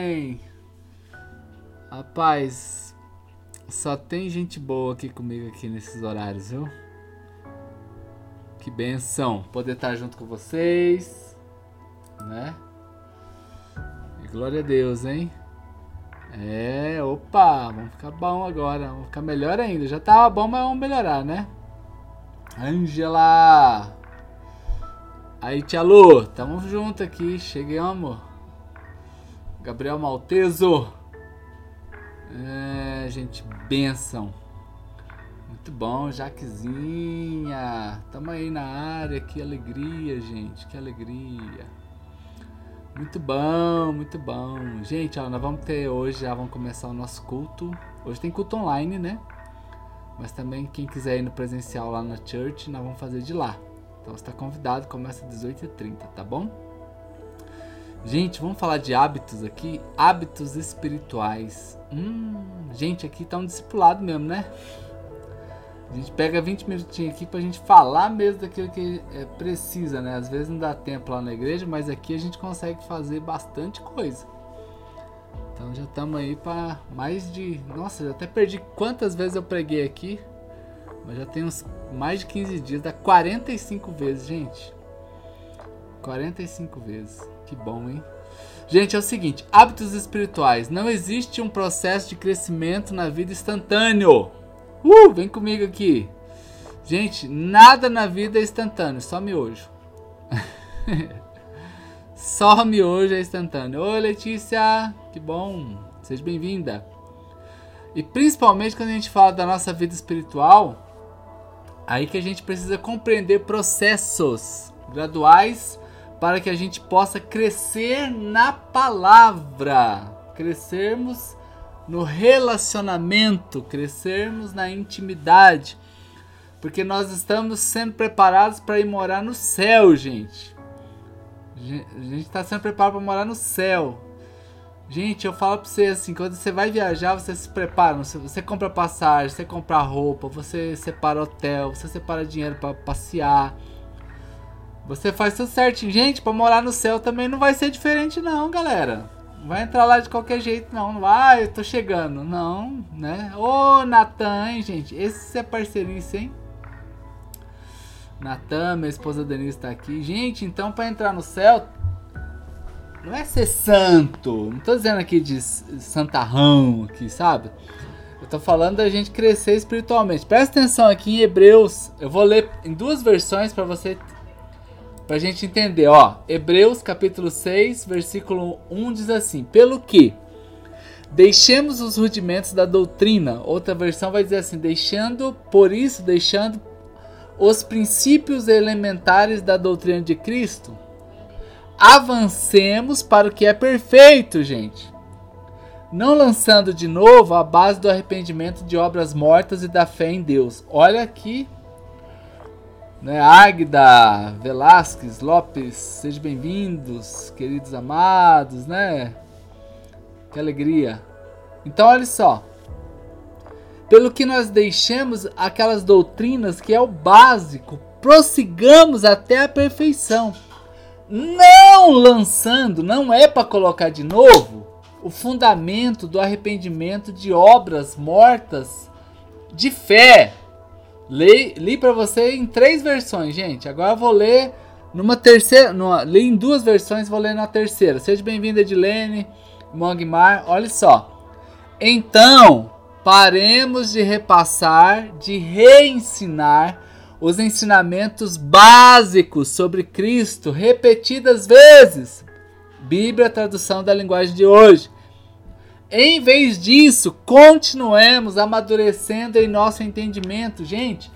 Bem, rapaz, só tem gente boa aqui comigo aqui nesses horários, viu? Que benção poder estar junto com vocês, né? E glória a Deus, hein? Opa, vamos ficar bom agora, vamos ficar melhor ainda. Já tava bom, mas vamos melhorar, né? Ângela! Aí, tia Lu, tamo junto aqui, cheguei, amor. Gabriel Malteso. Gente, benção. Muito bom, Jaquezinha. Tamo aí na área, que alegria, gente, que alegria. Muito bom, muito bom. Gente, ó, nós vamos ter hoje, já vamos começar o nosso culto. Hoje tem culto online, né? Mas também quem quiser ir no presencial lá na church, nós vamos fazer de lá. Então você tá convidado, começa às 18h30, tá bom? Gente, vamos falar de hábitos aqui, hábitos espirituais. Gente, aqui tá um discipulado mesmo, né? A gente pega 20 minutinhos aqui pra gente falar mesmo daquilo que precisa, né? Às vezes não dá tempo lá na igreja, mas aqui a gente consegue fazer bastante coisa. Então já estamos aí pra mais de... Nossa, já até perdi quantas vezes eu preguei aqui. Mas já tem uns mais de 15 dias, dá 45 vezes, gente. 45 vezes. Que bom, hein? Gente, é o seguinte, hábitos espirituais. Não existe um processo de crescimento na vida instantâneo. Vem comigo aqui. Gente, nada na vida é instantâneo, só miojo. Só miojo é instantâneo. Oi, Letícia, que bom. Seja bem-vinda. E principalmente quando a gente fala da nossa vida espiritual, aí que a gente precisa compreender processos graduais para que a gente possa crescer na palavra, crescermos no relacionamento, crescermos na intimidade, porque nós estamos sendo preparados para ir morar no céu, gente. A gente está sendo preparado para morar no céu. Gente, eu falo para você assim, quando você vai viajar, você se prepara, você compra passagem, você compra roupa, você separa hotel, você separa dinheiro para passear. Você faz tudo certinho. Gente, pra morar no céu também não vai ser diferente não, galera. Não vai entrar lá de qualquer jeito não. Não vai, eu tô chegando. Não, né? Ô, Natan, hein, gente. Esse é parceirice, hein? Natan, minha esposa Denise tá aqui. Gente, então pra entrar no céu, não é ser santo. Não tô dizendo aqui de santarrão aqui, sabe? Eu tô falando da gente crescer espiritualmente. Presta atenção aqui em Hebreus. Eu vou ler em duas versões pra gente entender, ó. Hebreus capítulo 6, versículo 1 diz assim: pelo que deixemos os rudimentos da doutrina. Outra versão vai dizer assim: deixando os princípios elementares da doutrina de Cristo, avancemos para o que é perfeito, gente. Não lançando de novo a base do arrependimento de obras mortas e da fé em Deus. Olha aqui, né, Águida, Velasquez, Lopes, sejam bem-vindos, queridos amados, né? Que alegria. Então, olha só. Pelo que nós deixemos aquelas doutrinas que é o básico, prossigamos até a perfeição. Não lançando, não é para colocar de novo o fundamento do arrependimento de obras mortas de fé. Li para você em 3 versões, gente. Agora eu vou ler numa terceira. Li em 2 versões, vou ler na terceira. Seja bem-vinda, Edilene, Mogmar. Olha só. Então, paremos de repassar, de reensinar os ensinamentos básicos sobre Cristo repetidas vezes. Bíblia, tradução da linguagem de hoje. Em vez disso, continuemos amadurecendo em nosso entendimento. Gente,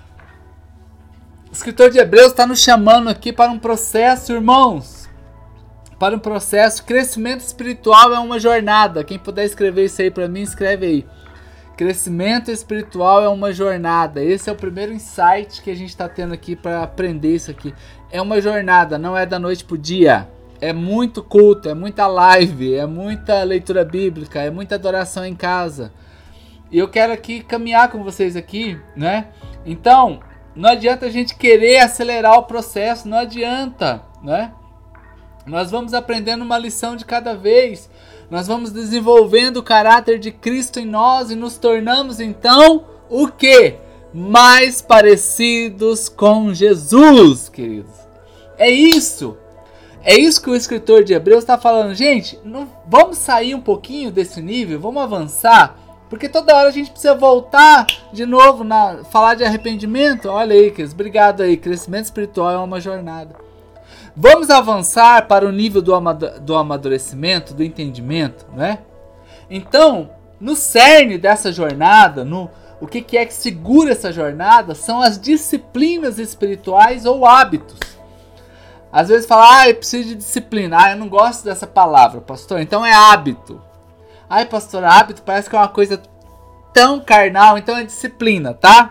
o escritor de Hebreus está nos chamando aqui para um processo, irmãos. Para um processo. Crescimento espiritual é uma jornada. Quem puder escrever isso aí para mim, escreve aí. Crescimento espiritual é uma jornada. Esse é o primeiro insight que a gente está tendo aqui para aprender isso aqui. É uma jornada, não é da noite para o dia. É muito culto, é muita live, é muita leitura bíblica, é muita adoração em casa. E eu quero aqui caminhar com vocês aqui, né? Então, não adianta a gente querer acelerar o processo, não adianta, né? Nós vamos aprendendo uma lição de cada vez. Nós vamos desenvolvendo o caráter de Cristo em nós e nos tornamos então o quê? Mais parecidos com Jesus, queridos. É isso. É isso que o escritor de Hebreus está falando. Gente, vamos sair um pouquinho desse nível, vamos avançar. Porque toda hora a gente precisa voltar de novo, falar de arrependimento. Olha aí, queridos, obrigado aí. Crescimento espiritual é uma jornada. Vamos avançar para o nível do amadurecimento, do entendimento, né? Então, no cerne dessa jornada, o que é que segura essa jornada, são as disciplinas espirituais ou hábitos. Às vezes fala, eu preciso de disciplina. Eu não gosto dessa palavra, pastor. Então é hábito. Pastor, hábito parece que é uma coisa tão carnal, então é disciplina, tá?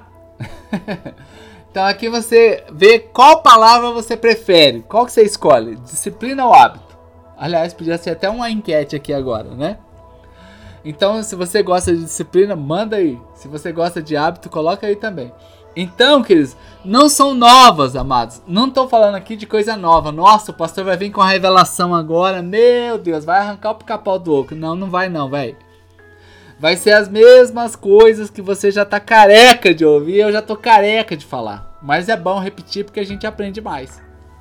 Então aqui você vê qual palavra você prefere. Qual que você escolhe? Disciplina ou hábito? Aliás, podia ser até uma enquete aqui agora, né? Então, se você gosta de disciplina, manda aí. Se você gosta de hábito, coloca aí também. Então, queridos, não são novas, amados. Não estou falando aqui de coisa nova. Nossa, o pastor vai vir com a revelação agora. Meu Deus, vai arrancar o pica-pau do oco. Não, não vai não, velho. Vai ser as mesmas coisas que você já tá careca de ouvir. Eu já tô careca de falar. Mas é bom repetir porque a gente aprende mais.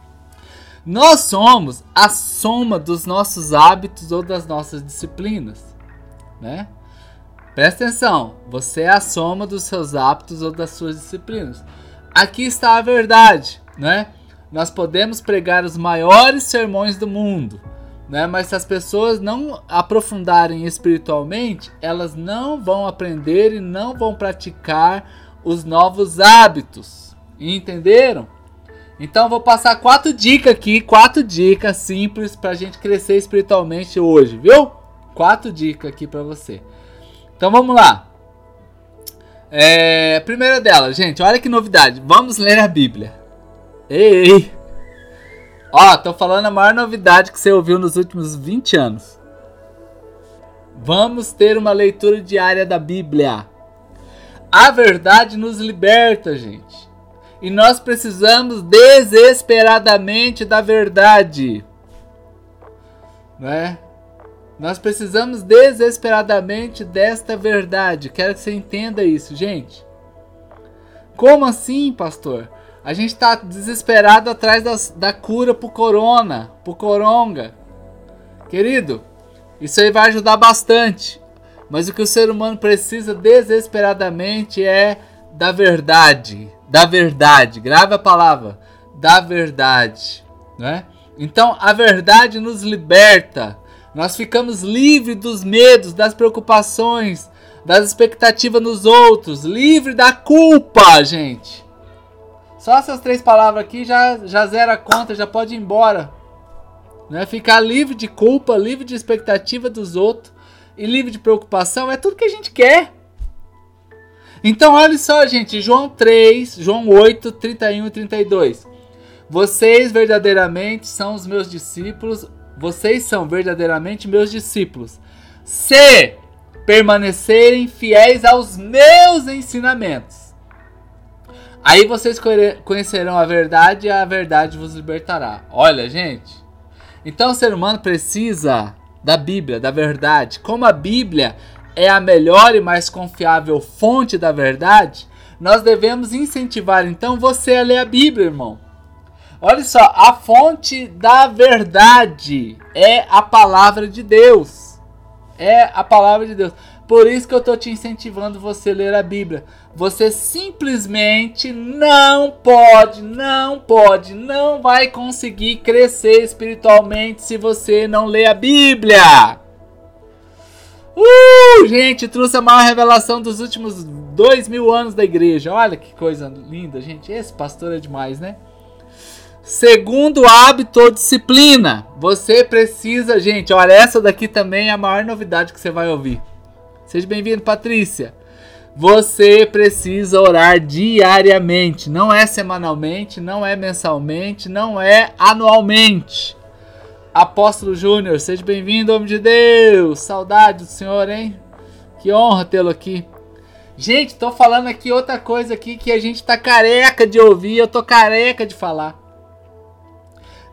Nós somos a soma dos nossos hábitos ou das nossas disciplinas, né? Presta atenção, você é a soma dos seus hábitos ou das suas disciplinas. Aqui está a verdade, né? Nós podemos pregar os maiores sermões do mundo, né? Mas se as pessoas não aprofundarem espiritualmente, elas não vão aprender e não vão praticar os novos hábitos. Entenderam? Então vou passar 4 dicas aqui, 4 dicas simples para a gente crescer espiritualmente hoje, viu? 4 dicas aqui para você. Então vamos lá. Primeira delas, gente, olha que novidade. Vamos ler a Bíblia. Ei! Ó, tô falando a maior novidade que você ouviu nos últimos 20 anos. Vamos ter uma leitura diária da Bíblia. A verdade nos liberta, gente. E nós precisamos desesperadamente da verdade. Né? Nós precisamos desesperadamente desta verdade. Quero que você entenda isso, gente. Como assim, pastor? A gente está desesperado atrás da cura pro corona, pro coronga. Querido, isso aí vai ajudar bastante. Mas o que o ser humano precisa desesperadamente é da verdade. Da verdade. Grave a palavra. Da verdade. Né? Então, a verdade nos liberta. Nós ficamos livres dos medos, das preocupações, das expectativas nos outros. Livre da culpa, gente. Só essas 3 palavras aqui já zera a conta, já pode ir embora. Né? Ficar livre de culpa, livre de expectativa dos outros e livre de preocupação é tudo que a gente quer. Então olha só, gente, João 8, 31 e 32. Vocês verdadeiramente são os meus discípulos. Vocês são verdadeiramente meus discípulos, se permanecerem fiéis aos meus ensinamentos. Aí vocês conhecerão a verdade e a verdade vos libertará. Olha, gente. Então o ser humano precisa da Bíblia, da verdade. Como a Bíblia é a melhor e mais confiável fonte da verdade, nós devemos incentivar então você a ler a Bíblia, irmão. Olha só, a fonte da verdade é a palavra de Deus. É a palavra de Deus. Por isso que eu estou te incentivando você a ler a Bíblia. Você simplesmente não vai conseguir crescer espiritualmente se você não ler a Bíblia. Gente, trouxe a maior revelação dos últimos 2000 anos da igreja. Olha que coisa linda, gente. Esse pastor é demais, né? Segundo hábito ou disciplina, você precisa, gente, olha, essa daqui também é a maior novidade que você vai ouvir. Seja bem-vindo, Patrícia. Você precisa orar diariamente, não é semanalmente, não é mensalmente, não é anualmente. Apóstolo Júnior, seja bem-vindo, homem de Deus. Saudade do senhor, hein? Que honra tê-lo aqui. Gente, tô falando aqui outra coisa aqui que a gente tá careca de ouvir, eu tô careca de falar.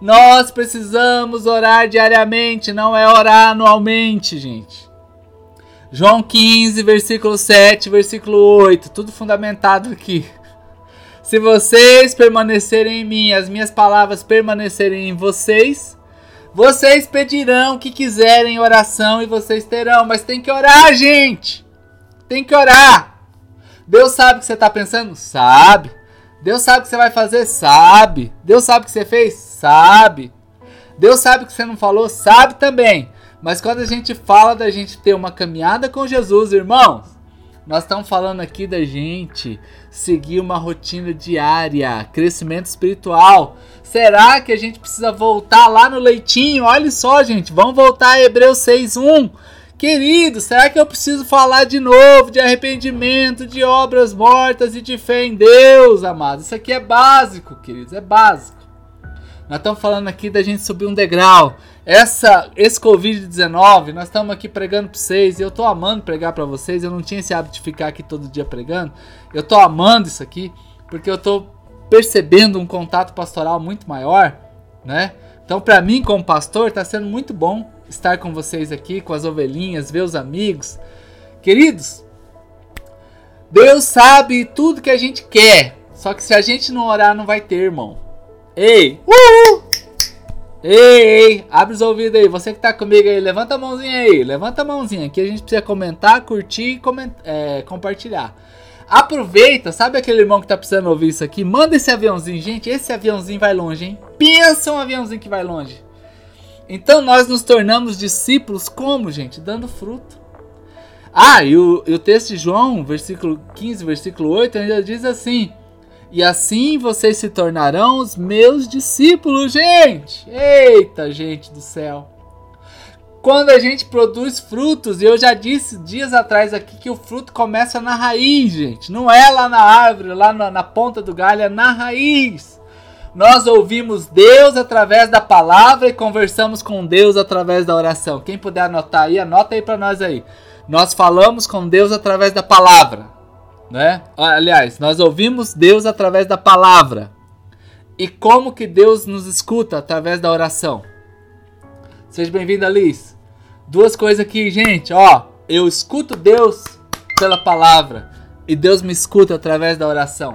Nós precisamos orar diariamente, não é orar anualmente, gente. João 15, versículo 7, versículo 8, tudo fundamentado aqui. Se vocês permanecerem em mim, as minhas palavras permanecerem em vocês, vocês pedirão o que quiserem em oração e vocês terão. Mas tem que orar, gente. Tem que orar. Deus sabe o que você está pensando? Sabe. Deus sabe o que você vai fazer? Sabe. Deus sabe o que você fez? Sabe. Deus sabe o que você não falou? Sabe também. Mas quando a gente fala da gente ter uma caminhada com Jesus, irmãos, nós estamos falando aqui da gente seguir uma rotina diária, crescimento espiritual. Será que a gente precisa voltar lá no leitinho? Olha só, gente, vamos voltar a Hebreus 6:1. Querido, será que eu preciso falar de novo de arrependimento, de obras mortas e de fé em Deus, amados? Isso aqui é básico, queridos, é básico. Nós estamos falando aqui da gente subir um degrau. Esse Covid-19, nós estamos aqui pregando para vocês. E eu estou amando pregar para vocês. Eu não tinha esse hábito de ficar aqui todo dia pregando. Eu estou amando isso aqui, porque eu estou percebendo um contato pastoral muito maior, né? Então, para mim, como pastor, está sendo muito bom estar com vocês aqui, com as ovelhinhas, ver os amigos. Queridos, Deus sabe tudo que a gente quer. Só que se a gente não orar, não vai ter, irmão. Ei! Ei! Abre os ouvidos aí. Você que tá comigo aí, levanta a mãozinha aí. Levanta a mãozinha. Aqui a gente precisa comentar, curtir e compartilhar. Aproveita, sabe aquele irmão que tá precisando ouvir isso aqui? Manda esse aviãozinho. Gente, esse aviãozinho vai longe, hein? Pensa um aviãozinho que vai longe. Então nós nos tornamos discípulos como, gente? Dando fruto. E o texto de João, versículo 15, versículo 8, ainda diz assim: e assim vocês se tornarão os meus discípulos, gente. Eita, gente do céu. Quando a gente produz frutos, e eu já disse dias atrás aqui que o fruto começa na raiz, gente. Não é lá na árvore, lá na ponta do galho, é na raiz. Nós ouvimos Deus através da palavra e conversamos com Deus através da oração. Quem puder anotar aí, anota aí para nós aí. Nós falamos com Deus através da palavra, né? Aliás, nós ouvimos Deus através da palavra. E como que Deus nos escuta? Através da oração. Seja bem-vinda, Liz. Duas coisas aqui, gente, ó. Eu escuto Deus pela palavra e Deus me escuta através da oração.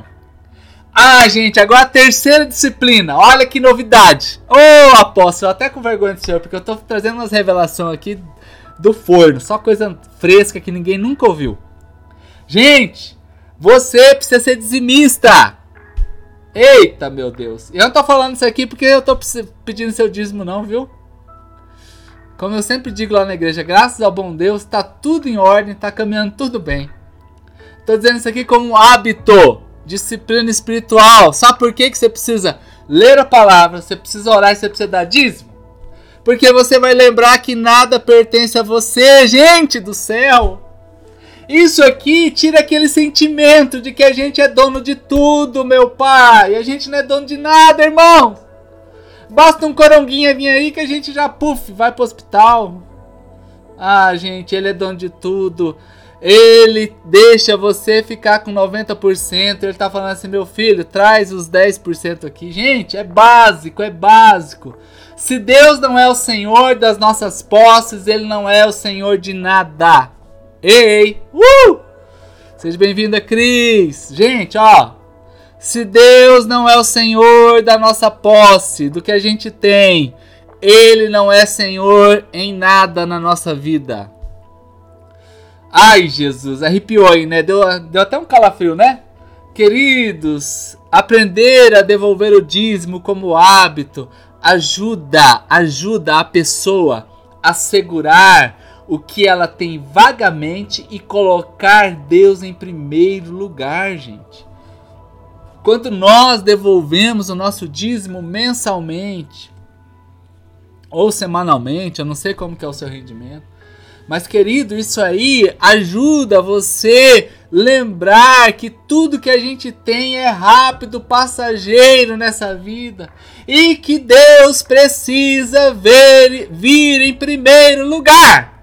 Gente, agora a terceira disciplina. Olha que novidade. Apóstolo, até com vergonha do senhor, porque eu tô trazendo umas revelações aqui do forno. Só coisa fresca que ninguém nunca ouviu. Gente, você precisa ser dizimista. Eita, meu Deus. Eu não tô falando isso aqui porque eu tô pedindo seu dízimo não, viu? Como eu sempre digo lá na igreja, graças ao bom Deus, tá tudo em ordem, tá caminhando tudo bem. Tô dizendo isso aqui como um hábito. Disciplina espiritual. Sabe por que você precisa ler a palavra, você precisa orar e você precisa dar dízimo? Porque você vai lembrar que nada pertence a você, gente do céu. Isso aqui tira aquele sentimento de que a gente é dono de tudo, meu pai. A gente não é dono de nada, irmão. Basta um coronguinha vir aí que a gente já, vai pro hospital. Gente, ele é dono de tudo. Ele deixa você ficar com 90%. Ele tá falando assim, meu filho, traz os 10% aqui. Gente, é básico, é básico. Se Deus não é o Senhor das nossas posses, Ele não é o Senhor de nada. Ei! Seja bem-vinda, Cris. Gente, ó. Se Deus não é o Senhor da nossa posse, do que a gente tem, Ele não é Senhor em nada na nossa vida. Ai, Jesus, arrepiou aí, né? Deu até um calafrio, né? Queridos, aprender a devolver o dízimo como hábito ajuda a pessoa a segurar o que ela tem vagamente e colocar Deus em primeiro lugar, gente. Quando nós devolvemos o nosso dízimo mensalmente ou semanalmente, eu não sei como que é o seu rendimento, mas, querido, isso aí ajuda você lembrar que tudo que a gente tem é rápido, passageiro nessa vida. E que Deus precisa vir em primeiro lugar.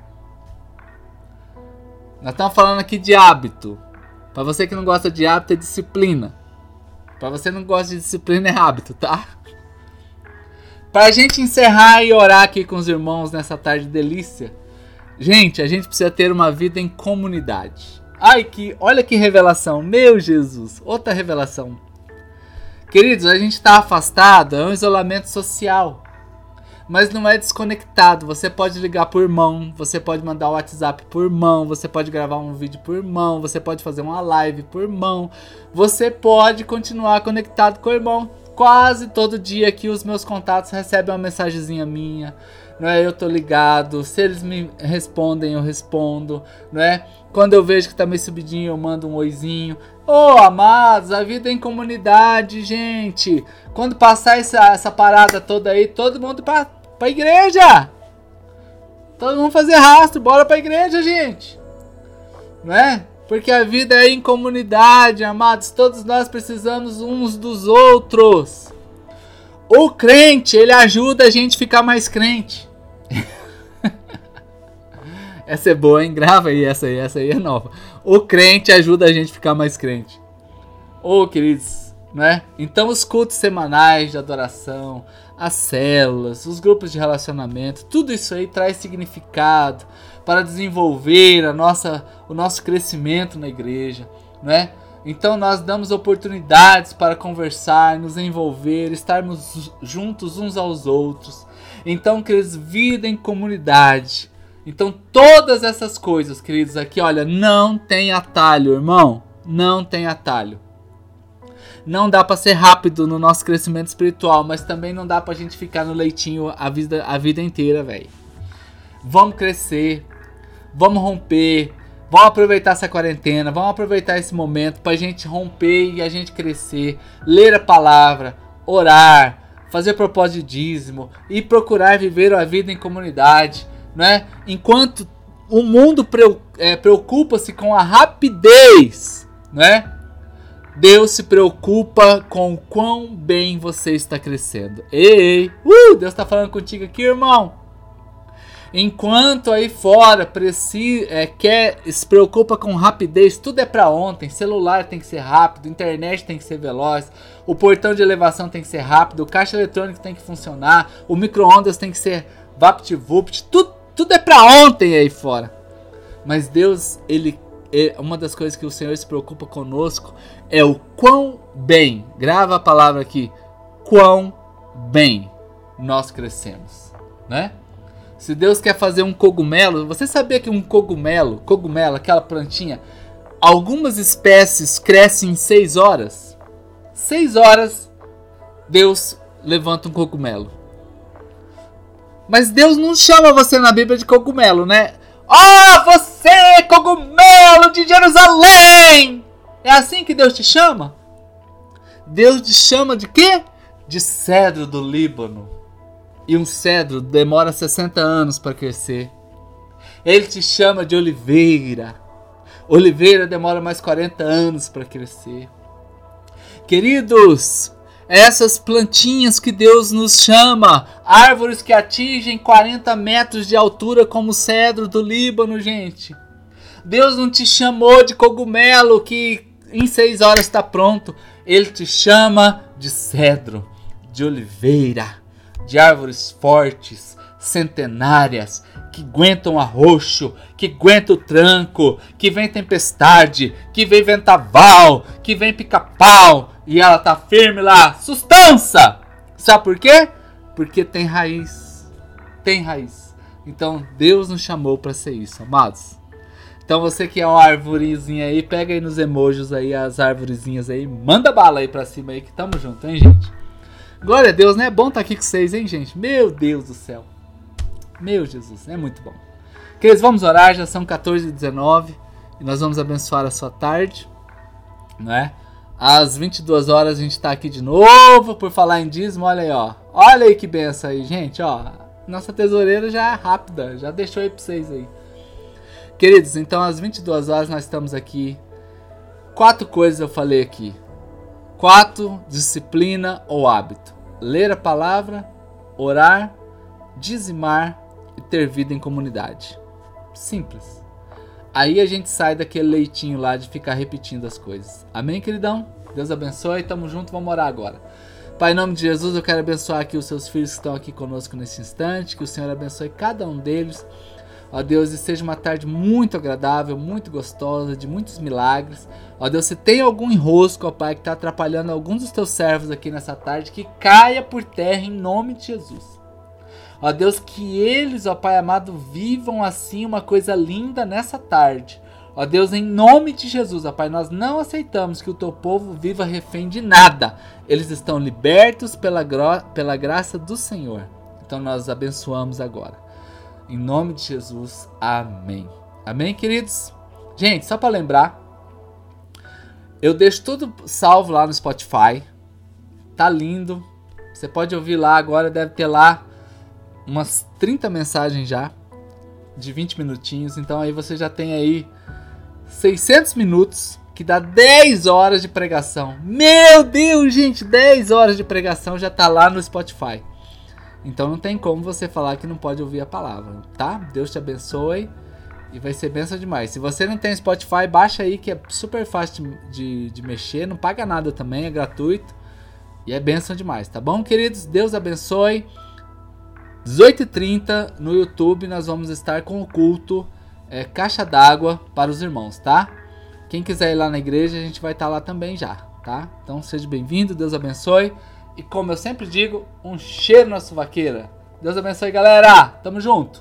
Nós estamos falando aqui de hábito. Para você que não gosta de hábito, é disciplina. Para você que não gosta de disciplina, é hábito, tá? Pra gente encerrar e orar aqui com os irmãos nessa tarde delícia. Gente, a gente precisa ter uma vida em comunidade. Olha que revelação, meu Jesus, outra revelação. Queridos, a gente está afastado, é um isolamento social, mas não é desconectado. Você pode ligar por mão, você pode mandar o WhatsApp por mão, você pode gravar um vídeo por mão, você pode fazer uma live por mão, você pode continuar conectado com o irmão. Quase todo dia aqui os meus contatos recebem uma mensagenzinha minha, não é? Eu tô ligado, se eles me respondem eu respondo, não é? Quando eu vejo que tá meio subidinho eu mando um oizinho. Amados, a vida é em comunidade, gente. Quando passar essa parada toda aí, todo mundo pra igreja. Todo mundo fazer rastro, bora pra igreja, gente. Não é? Porque a vida é em comunidade, amados. Todos nós precisamos uns dos outros. O crente, ele ajuda a gente a ficar mais crente. Essa é boa, hein? Grava aí, essa aí é nova. O crente ajuda a gente a ficar mais crente. Queridos, né? Então os cultos semanais de adoração, as células, os grupos de relacionamento, tudo isso aí traz significado para desenvolver o nosso crescimento na igreja, né? Então nós damos oportunidades para conversar, nos envolver, estarmos juntos uns aos outros. Então, queridos, vida em comunidade. Então todas essas coisas, queridos, aqui, olha, não tem atalho, irmão. Não tem atalho. Não dá para ser rápido no nosso crescimento espiritual, mas também não dá pra gente ficar no leitinho a vida inteira, velho. Vamos crescer, vamos romper, vamos aproveitar essa quarentena, vamos aproveitar esse momento pra gente romper e a gente crescer, ler a palavra, orar, fazer propósito de dízimo e procurar viver a vida em comunidade, né? Enquanto o mundo preocupa-se com a rapidez, né? Deus se preocupa com o quão bem você está crescendo. Ei, Deus está falando contigo aqui, irmão. Enquanto aí fora se preocupa com rapidez, tudo é para ontem. Celular tem que ser rápido, internet tem que ser veloz, o portão de elevação tem que ser rápido, o caixa eletrônico tem que funcionar, o micro-ondas tem que ser vapt-vupt, tudo é para ontem aí fora. Mas Deus, uma das coisas que o Senhor se preocupa conosco é o quão bem, grava a palavra aqui, quão bem nós crescemos, né? Se Deus quer fazer um cogumelo, você sabia que um cogumelo, aquela plantinha, algumas espécies crescem em 6 horas? 6 horas Deus levanta um cogumelo. Mas Deus não chama você na Bíblia de cogumelo, né? Você, cogumelo de Jerusalém! É assim que Deus te chama? Deus te chama de quê? De cedro do Líbano. E um cedro demora 60 anos para crescer. Ele te chama de oliveira. Oliveira demora mais 40 anos para crescer. Queridos, essas plantinhas que Deus nos chama, árvores que atingem 40 metros de altura como o cedro do Líbano, gente. Deus não te chamou de cogumelo que em 6 horas está pronto. Ele te chama de cedro, de oliveira, de árvores fortes, centenárias, que aguentam arroxo, que aguentam o tranco, que vem tempestade, que vem vendaval, que vem pica-pau, e ela tá firme lá, sustância! Sabe por quê? Porque tem raiz. Tem raiz. Então Deus nos chamou para ser isso, amados. Então você que é uma arvorezinha aí, pega aí nos emojis aí as arvorezinhas aí, manda bala aí pra cima aí que tamo junto, hein, gente? Glória a Deus, né? É bom estar aqui com vocês, hein, gente? Meu Deus do céu. Meu Jesus, é muito bom. Queridos, vamos orar, já são 14h19 e nós vamos abençoar a sua tarde, né? Às 22 horas a gente tá aqui de novo, por falar em dízimo, olha aí, ó. Olha aí que benção aí, gente, ó. Nossa tesoureira já é rápida, já deixou aí pra vocês aí. Queridos, então às 22 horas nós estamos aqui. 4 coisas eu falei aqui. 4, disciplina ou hábito. Ler a palavra, orar, dizimar e ter vida em comunidade. Simples. Aí a gente sai daquele leitinho lá de ficar repetindo as coisas. Amém, queridão? Deus abençoe, tamo junto, vamos orar agora. Pai, em nome de Jesus, eu quero abençoar aqui os seus filhos que estão aqui conosco nesse instante, que o Senhor abençoe cada um deles. Ó Deus, e seja uma tarde muito agradável, muito gostosa, de muitos milagres. Ó Deus, se tem algum enrosco, ó Pai, que está atrapalhando alguns dos teus servos aqui nessa tarde, que caia por terra em nome de Jesus. Ó Deus, que eles, ó Pai amado, vivam assim uma coisa linda nessa tarde. Ó Deus, em nome de Jesus, ó Pai, nós não aceitamos que o teu povo viva refém de nada. Eles estão libertos pela graça do Senhor. Então nós abençoamos agora. Em nome de Jesus, amém. Amém, queridos? Gente, só para lembrar, eu deixo tudo salvo lá no Spotify. Tá lindo. Você pode ouvir lá agora, deve ter lá umas 30 mensagens já, de 20 minutinhos. Então aí você já tem aí 600 minutos, que dá 10 horas de pregação. Meu Deus, gente, 10 horas de pregação já tá lá no Spotify. Então não tem como você falar que não pode ouvir a palavra, tá? Deus te abençoe e vai ser bênção demais. Se você não tem Spotify, baixa aí que é super fácil de mexer, não paga nada também, é gratuito e é bênção demais, tá bom, queridos? Deus abençoe. 18h30 no YouTube nós vamos estar com o culto Caixa d'Água para os irmãos, tá? Quem quiser ir lá na igreja, a gente vai estar lá também já, tá? Então seja bem-vindo, Deus abençoe. E como eu sempre digo, um cheiro na suvaqueira. Deus abençoe, galera. Tamo junto.